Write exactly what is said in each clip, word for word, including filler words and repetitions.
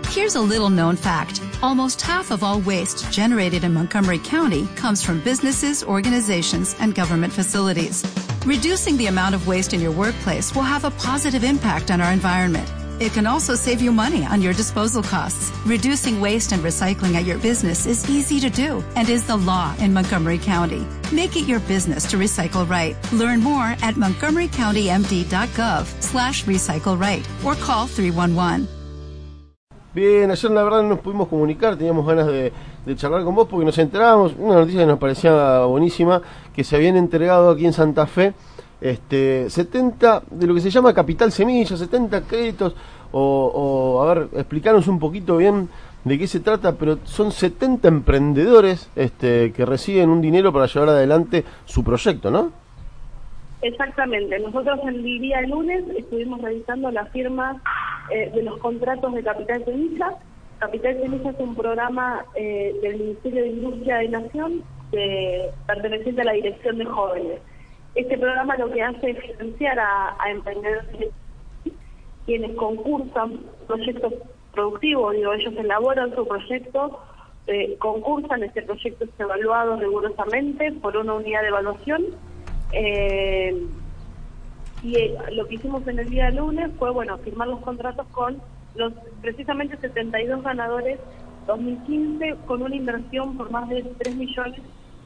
Here's a little known fact. Almost half of all waste generated in Montgomery County comes from businesses, organizations, and government facilities. Reducing the amount of waste in your workplace will have a positive impact on our environment. It can also save you money on your disposal costs. Reducing waste and recycling at your business is easy to do and is the law in Montgomery County. Make it your business to recycle right. Learn more at montgomery county m d dot gov slash recycle right or call three one one. Bien, ayer la verdad no nos pudimos comunicar, teníamos ganas de, de charlar con vos porque nos enterábamos, una noticia que nos parecía buenísima, que se habían entregado aquí en Santa Fe este setenta, de lo que se llama Capital Semilla, setenta créditos, o, o a ver, explicarnos un poquito bien de qué se trata, pero son setenta emprendedores este que reciben un dinero para llevar adelante su proyecto, ¿no? Exactamente, nosotros el día lunes estuvimos revisando la firma eh, de los contratos de Capital Semilla. Capital Semilla es un programa eh, del Ministerio de Industria de Nación de, perteneciente a la Dirección de Jóvenes. Este programa lo que hace es financiar a, a emprendedores quienes concursan proyectos productivos, digo, ellos elaboran su proyecto, eh, concursan, este proyecto es evaluado rigurosamente por una unidad de evaluación. Eh, y eh, lo que hicimos en el día lunes fue, bueno, firmar los contratos con los precisamente setenta y dos ganadores dos mil quince con una inversión por más de tres millones.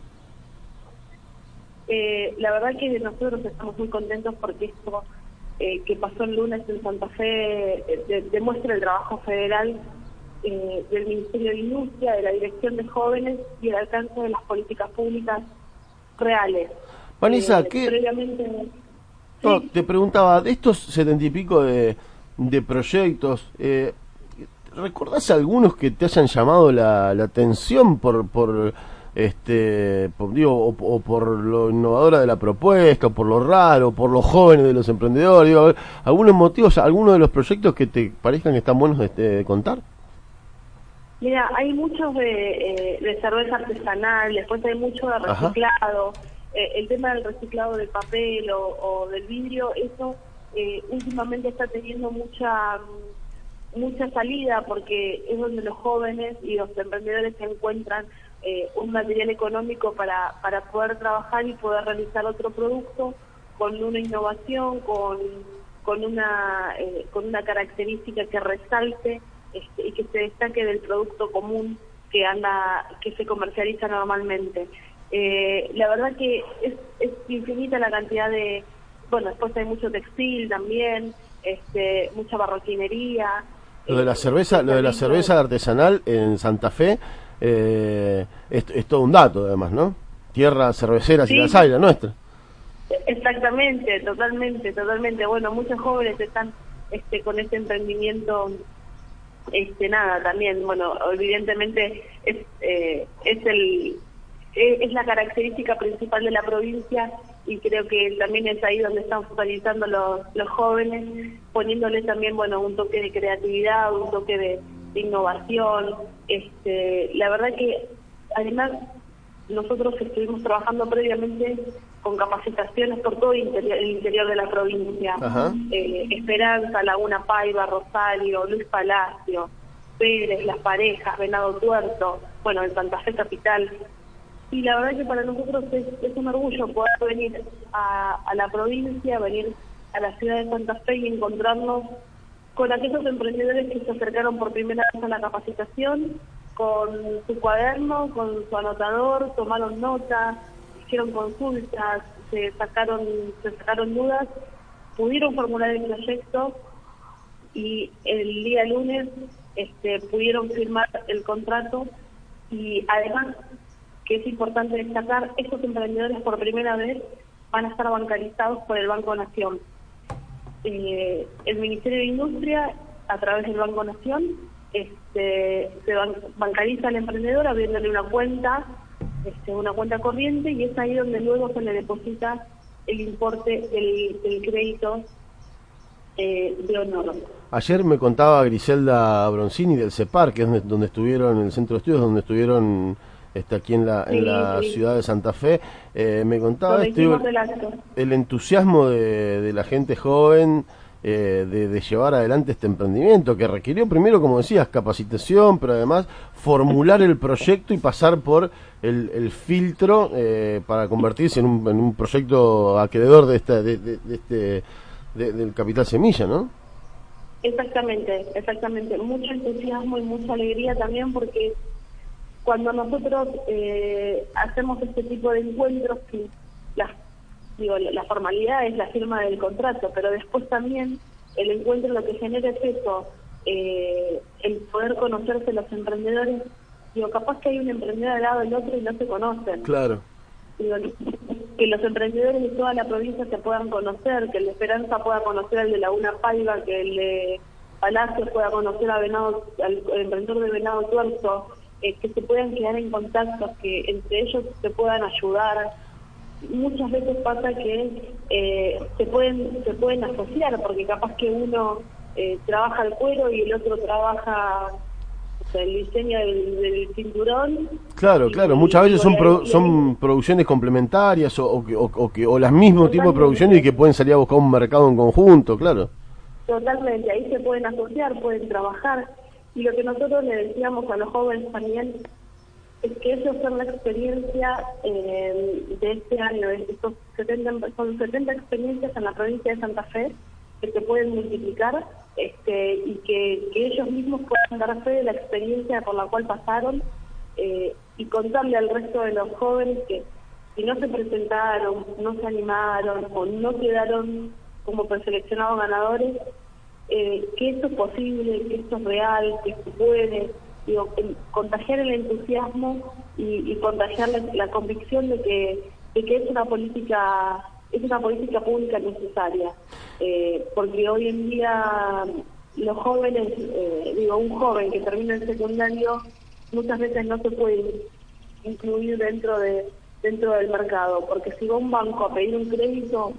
Eh, la verdad que nosotros estamos muy contentos porque esto eh, que pasó el lunes en Santa Fe eh, de, demuestra el trabajo federal eh, del Ministerio de Industria, de la Dirección de Jóvenes y el alcance de las políticas públicas reales. Vanessa, eh, ¿qué? Previamente... No, sí. te preguntaba, de estos setenta y pico de, de proyectos, eh, ¿recordás algunos que te hayan llamado la, la atención por, por este, por, digo, o, o por lo innovadora de la propuesta, o por lo raro, por los jóvenes de los emprendedores? Digo, ¿algunos motivos, algunos de los proyectos que te parezcan que están buenos de, de contar? Mira, hay muchos de, eh, de cerveza artesanal, después hay mucho de reciclado. Eh, el tema del reciclado del papel o, o del vidrio, eso eh, últimamente está teniendo mucha mucha salida porque es donde los jóvenes y los emprendedores se encuentran eh, un material económico para, para poder trabajar y poder realizar otro producto con una innovación, con, con, una, eh, con una característica que resalte este, y que se destaque del producto común que anda que se comercializa normalmente. Eh, la verdad que es, es infinita la cantidad de, bueno, después hay mucho textil también, este, mucha barroquinería. Lo de la cerveza, lo de la cerveza artesanal en Santa Fe eh, es, es todo un dato, además, ¿no? Tierra cervecera, si las hay, la nuestra. Exactamente, totalmente, totalmente. Bueno, muchos jóvenes están este, con este emprendimiento, este, nada, también, bueno, evidentemente es, eh, es el es la característica principal de la provincia y creo que también es ahí donde están focalizando los, los jóvenes, poniéndole también, bueno, un toque de creatividad, un toque de, de innovación. Este, la verdad que además nosotros estuvimos trabajando previamente con capacitaciones por todo el interior, el interior de la provincia. Eh, Esperanza, Laguna Paiva, Rosario, Luis Palacio, Pérez, Las Parejas, Venado Tuerto, bueno, en Santa Fe Capital. Y la verdad que para nosotros es, es un orgullo poder venir a, a la provincia, venir a la ciudad de Santa Fe y encontrarnos con aquellos emprendedores que se acercaron por primera vez a la capacitación, con su cuaderno, con su anotador, tomaron notas, hicieron consultas, se sacaron, se sacaron dudas, pudieron formular el proyecto y el día lunes este, pudieron firmar el contrato y además, que es importante destacar, estos emprendedores por primera vez van a estar bancarizados por el Banco Nación. Eh, el Ministerio de Industria, a través del Banco Nación, este, se ban bancariza al emprendedor abriéndole una cuenta, este, una cuenta corriente, y es ahí donde luego se le deposita el importe del, del crédito eh, de honor. Ayer me contaba Griselda Broncini del CEPAR, que es donde, donde estuvieron, en el Centro de Estudios, donde estuvieron está aquí en la, sí, en la sí. ciudad de Santa Fe, eh, me contaba esto, el entusiasmo de, de la gente joven eh, de, de llevar adelante este emprendimiento, que requirió primero, como decías, capacitación, pero además formular el proyecto y pasar por el, el filtro eh, para convertirse en un, en un proyecto acreedor de, esta, de, de, de este, de, del Capital Semilla, ¿no? Exactamente, exactamente. Mucho entusiasmo y mucha alegría también, porque cuando nosotros eh, hacemos este tipo de encuentros, que las, digo, la formalidad es la firma del contrato, pero después también el encuentro lo que genera es eso, eh, el poder conocerse los emprendedores. Digo, capaz que hay un emprendedor al lado del otro y no se conocen. Claro. Digo, que los emprendedores de toda la provincia se puedan conocer, que el de Esperanza pueda conocer al de Laguna Paiva, que el de Palacios pueda conocer a Venado, al, al emprendedor de Venado Tuerto, eh, que se puedan quedar en contacto, que entre ellos se puedan ayudar. Muchas veces pasa que eh, se pueden se pueden asociar, porque capaz que uno eh, trabaja el cuero y el otro trabaja el diseño del, del cinturón. Claro, y, claro, muchas veces son pro, y, son producciones complementarias o, o, o, o, que, o las mismos tipos de producciones y que pueden salir a buscar un mercado en conjunto, claro. Totalmente, ahí se pueden asociar, pueden trabajar, y lo que nosotros le decíamos a los jóvenes también es que ellos son la experiencia eh, de este año, de estos setenta, son setenta experiencias en la provincia de Santa Fe que se pueden multiplicar, este, y que, que ellos mismos puedan dar fe de la experiencia por la cual pasaron, eh, y contarle al resto de los jóvenes que si no se presentaron, no se animaron o no quedaron como preseleccionados ganadores, eh, que esto es posible, que esto es real, que se puede, digo, contagiar el entusiasmo y, y contagiar la, la convicción de que, de que es una política es una política pública necesaria, eh, porque hoy en día los jóvenes, eh, digo, un joven que termina el secundario muchas veces no se puede incluir dentro de dentro del mercado, porque si va a un banco a pedir un crédito,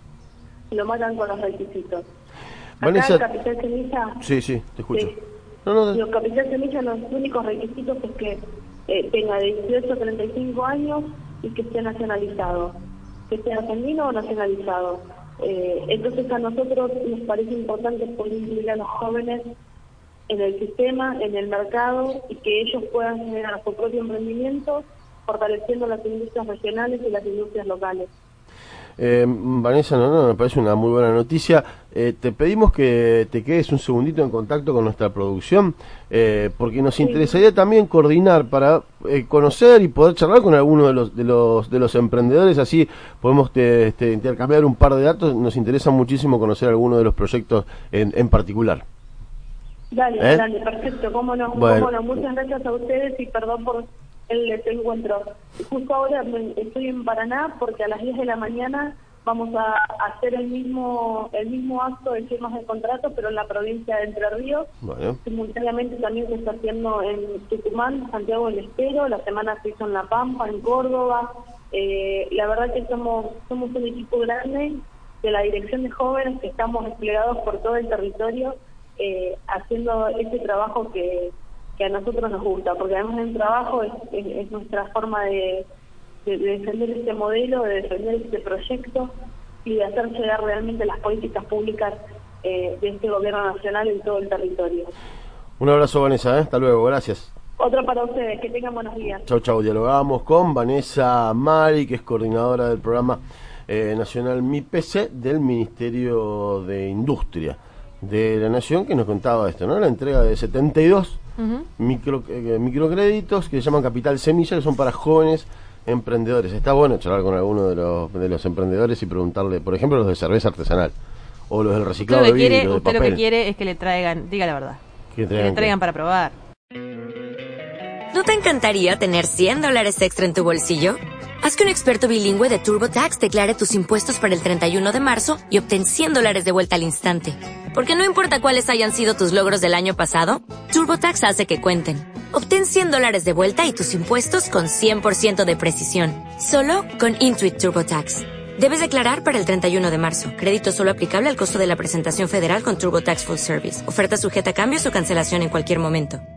lo matan con los requisitos. Vanessa, acá el Capital Semilla... Sí, sí, te escucho. Sí, no, no, los Capital Semilla, los únicos requisitos es que eh, tenga de dieciocho a treinta y cinco años y que esté nacionalizado, que sea argentino o nacionalizado. Eh, entonces a nosotros nos parece importante poder incluir a los jóvenes en el sistema, en el mercado, y que ellos puedan generar su propio emprendimiento, fortaleciendo las industrias regionales y las industrias locales. Eh, Vanessa, no, no, me parece una muy buena noticia. Eh, te pedimos que te quedes un segundito en contacto con nuestra producción, eh, porque nos sí. interesaría también coordinar para eh, conocer y poder charlar con alguno de los de los de los emprendedores, así podemos te, te, intercambiar un par de datos. Nos interesa muchísimo conocer alguno de los proyectos en, en particular. Dale, ¿Eh? dale, perfecto, cómo no, bueno. cómo no. Muchas gracias a ustedes y perdón por el encuentro. Justo ahora estoy en Paraná porque a las diez de la mañana vamos a hacer el mismo el mismo acto de firmas de contrato, pero en la provincia de Entre Ríos. Bueno. Simultáneamente también se está haciendo en Tucumán, Santiago del Estero, la semana se hizo en La Pampa, en Córdoba. Eh, la verdad que somos somos un equipo grande de la Dirección de Jóvenes que estamos desplegados por todo el territorio, eh, haciendo ese trabajo que que a nosotros nos gusta, porque además del trabajo es, es, es nuestra forma de, de, de defender este modelo, de defender este proyecto y de hacer llegar realmente las políticas públicas eh, de este gobierno nacional en todo el territorio. Un abrazo, Vanessa, ¿eh? Hasta luego, gracias. Otro para ustedes, que tengan buenos días. Chau, chau, dialogamos con Vanessa Mari, que es coordinadora del programa eh, nacional M I P C del Ministerio de Industria de la Nación, que nos contaba esto, ¿no? La entrega de setenta y dos Uh-huh. Micro, eh, microcréditos que se llaman Capital Semilla, que son para jóvenes emprendedores. Está bueno charlar con alguno de los de los emprendedores y preguntarle, por ejemplo, los de cerveza artesanal o los del reciclado de vidrio, quiere, de usted papel. Lo que quiere es que le traigan, diga la verdad, que, que le traigan para probar. ¿No te encantaría tener cien dólares extra en tu bolsillo? Haz que un experto bilingüe de TurboTax declare tus impuestos para el treinta y uno de marzo y obtén cien dólares de vuelta al instante. Porque no importa cuáles hayan sido tus logros del año pasado, TurboTax hace que cuenten. Obtén cien dólares de vuelta y tus impuestos con cien por ciento de precisión. Solo con Intuit TurboTax. Debes declarar para el treinta y uno de marzo. Crédito solo aplicable al costo de la presentación federal con TurboTax Full Service. Oferta sujeta a cambios o cancelación en cualquier momento.